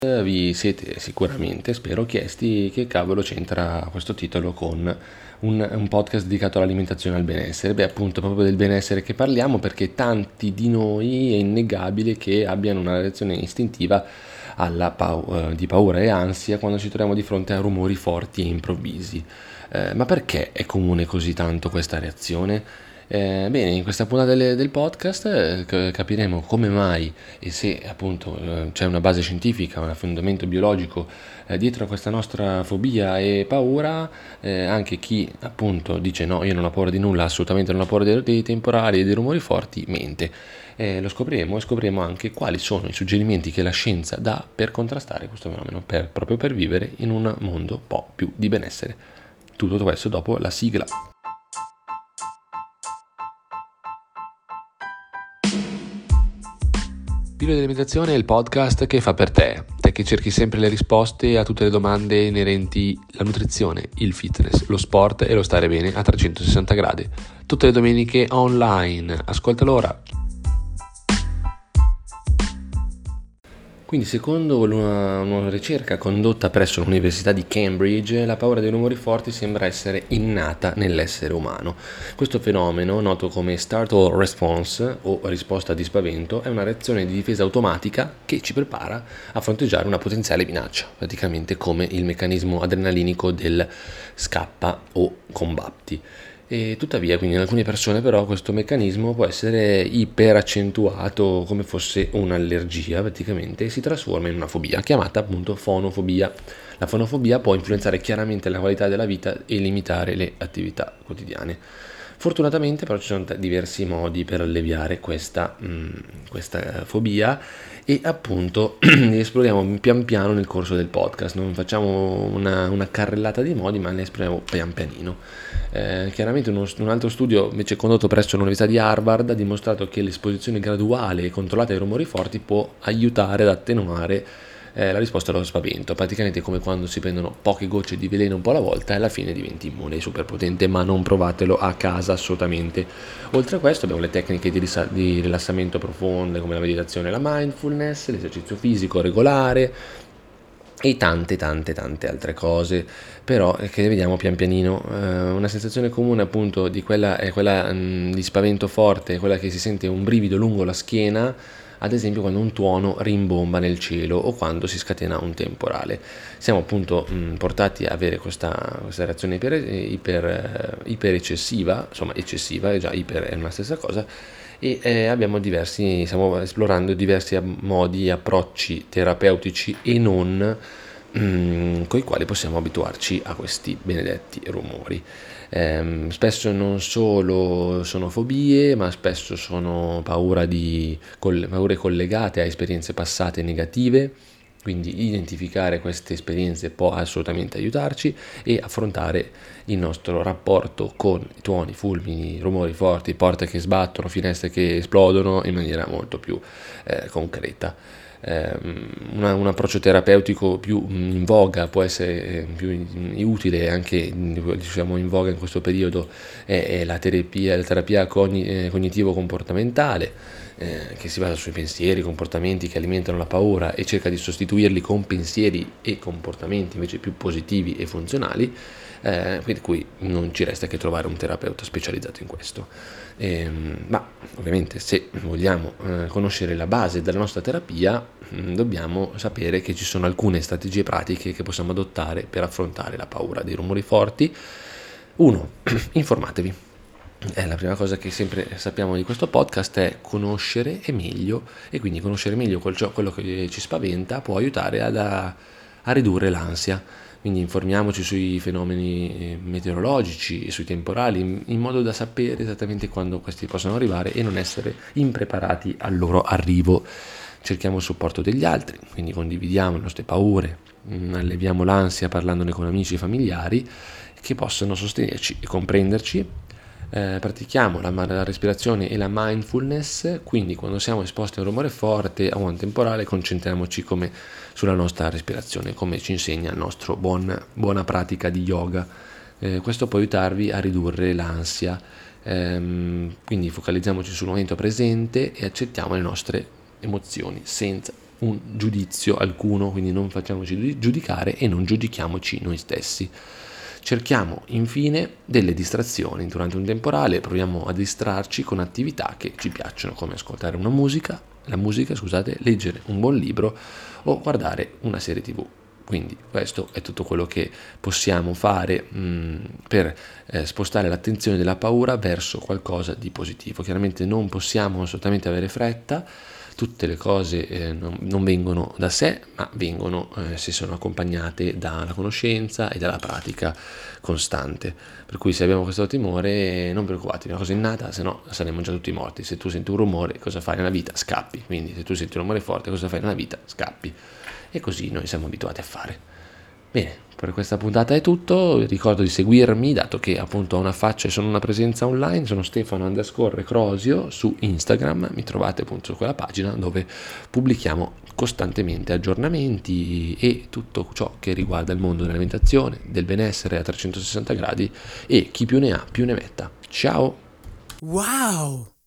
Vi siete sicuramente, spero, chiesti che cavolo c'entra questo titolo con un podcast dedicato all'alimentazione e al benessere. Beh, appunto, proprio del benessere che parliamo, perché tanti di noi è innegabile che abbiano una reazione istintiva di paura e ansia quando ci troviamo di fronte a rumori forti e improvvisi. Ma perché è comune così tanto questa reazione? Bene, in questa puntata del podcast capiremo come mai e se appunto c'è una base scientifica, un fondamento biologico dietro a questa nostra fobia e paura. Anche chi appunto dice no, io non ho paura di nulla, assolutamente non ho paura dei temporali e dei rumori forti, mente. Lo scopriremo, e scopriremo anche quali sono i suggerimenti che la scienza dà per contrastare questo fenomeno, proprio per vivere in un mondo un po' più di benessere. Tutto questo dopo la sigla. Pillole di alimentazione è il podcast che fa per te che cerchi sempre le risposte a tutte le domande inerenti alla nutrizione, il fitness, lo sport e lo stare bene a 360 gradi. Tutte le domeniche online. Ascoltalo ora. Quindi, secondo una ricerca condotta presso l'Università di Cambridge, la paura dei rumori forti sembra essere innata nell'essere umano. Questo fenomeno, noto come startle response o risposta di spavento, è una reazione di difesa automatica che ci prepara a fronteggiare una potenziale minaccia, praticamente come il meccanismo adrenalinico del scappa o combatti. E tuttavia, quindi in alcune persone però questo meccanismo può essere iperaccentuato come fosse un'allergia praticamente, e si trasforma in una fobia chiamata appunto fonofobia. La fonofobia può influenzare chiaramente la qualità della vita e limitare le attività quotidiane. Fortunatamente però ci sono diversi modi per alleviare questa fobia, e appunto li esploriamo pian piano nel corso del podcast. Non facciamo una carrellata di modi, ma li esploriamo pian pianino. Chiaramente un altro studio invece condotto presso l'Università di Harvard ha dimostrato che l'esposizione graduale e controllata ai rumori forti può aiutare ad attenuare la risposta allo spavento. Praticamente come quando si prendono poche gocce di veleno un po' alla volta e alla fine diventi immune. È super potente, ma non provatelo a casa assolutamente. Oltre a questo abbiamo le tecniche di rilassamento profonde come la meditazione e la mindfulness, l'esercizio fisico regolare e tante altre cose, però che vediamo pian pianino. Una sensazione comune appunto di quella è quella di spavento forte, quella che si sente un brivido lungo la schiena, ad esempio quando un tuono rimbomba nel cielo o quando si scatena un temporale. Siamo appunto portati a avere questa reazione iper eccessiva, insomma eccessiva, e già iper è una stessa cosa, e stiamo esplorando diversi modi e approcci terapeutici e non con i quali possiamo abituarci a questi benedetti rumori. Spesso non solo sono fobie, ma spesso sono paure collegate a esperienze passate negative. Quindi identificare queste esperienze può assolutamente aiutarci e affrontare il nostro rapporto con tuoni, fulmini, rumori forti, porte che sbattono, finestre che esplodono in maniera molto più concreta. Un approccio terapeutico più in voga può essere più utile, anche diciamo in voga in questo periodo, è la terapia cognitivo-comportamentale, che si basa sui pensieri, comportamenti che alimentano la paura e cerca di sostituirli con pensieri e comportamenti invece più positivi e funzionali, per cui non ci resta che trovare un terapeuta specializzato in questo. Ma ovviamente se vogliamo conoscere la base della nostra terapia, dobbiamo sapere che ci sono alcune strategie pratiche che possiamo adottare per affrontare la paura dei rumori forti. 1. Informatevi. La prima cosa che sempre sappiamo di questo podcast è conoscere meglio, e quindi conoscere meglio quello che ci spaventa può aiutare a ridurre l'ansia. Quindi informiamoci sui fenomeni meteorologici e sui temporali, in modo da sapere esattamente quando questi possono arrivare e non essere impreparati al loro arrivo. Cerchiamo il supporto degli altri, quindi condividiamo le nostre paure, alleviamo l'ansia parlandone con amici e familiari che possono sostenerci e comprenderci. Pratichiamo la respirazione e la mindfulness, quindi quando siamo esposti a un rumore forte o a un temporale concentriamoci sulla nostra respirazione, come ci insegna il nostro buona pratica di yoga. Questo può aiutarvi a ridurre l'ansia, quindi focalizziamoci sul momento presente e accettiamo le nostre emozioni senza un giudizio alcuno, quindi non facciamoci giudicare e non giudichiamoci noi stessi. Cerchiamo infine delle distrazioni durante un temporale, proviamo a distrarci con attività che ci piacciono, come ascoltare la musica, leggere un buon libro o guardare una serie TV. Quindi questo è tutto quello che possiamo fare per spostare l'attenzione della paura verso qualcosa di positivo. Chiaramente non possiamo assolutamente avere fretta, tutte le cose non vengono da sé, ma vengono se sono accompagnate dalla conoscenza e dalla pratica costante. Per cui se abbiamo questo timore non preoccupatevi, è una cosa innata, se no saremmo già tutti morti. Se tu senti un rumore, cosa fai nella vita? Scappi. Quindi se tu senti un rumore forte, cosa fai nella vita? Scappi. E così noi siamo abituati a fare. Bene, per questa puntata è tutto. Vi ricordo di seguirmi, dato che appunto ho una faccia e sono una presenza online. Sono Stefano_Crosio su Instagram. Mi trovate appunto su quella pagina dove pubblichiamo costantemente aggiornamenti e tutto ciò che riguarda il mondo dell'alimentazione, del benessere a 360 gradi, e chi più ne ha più ne metta. Ciao! Wow!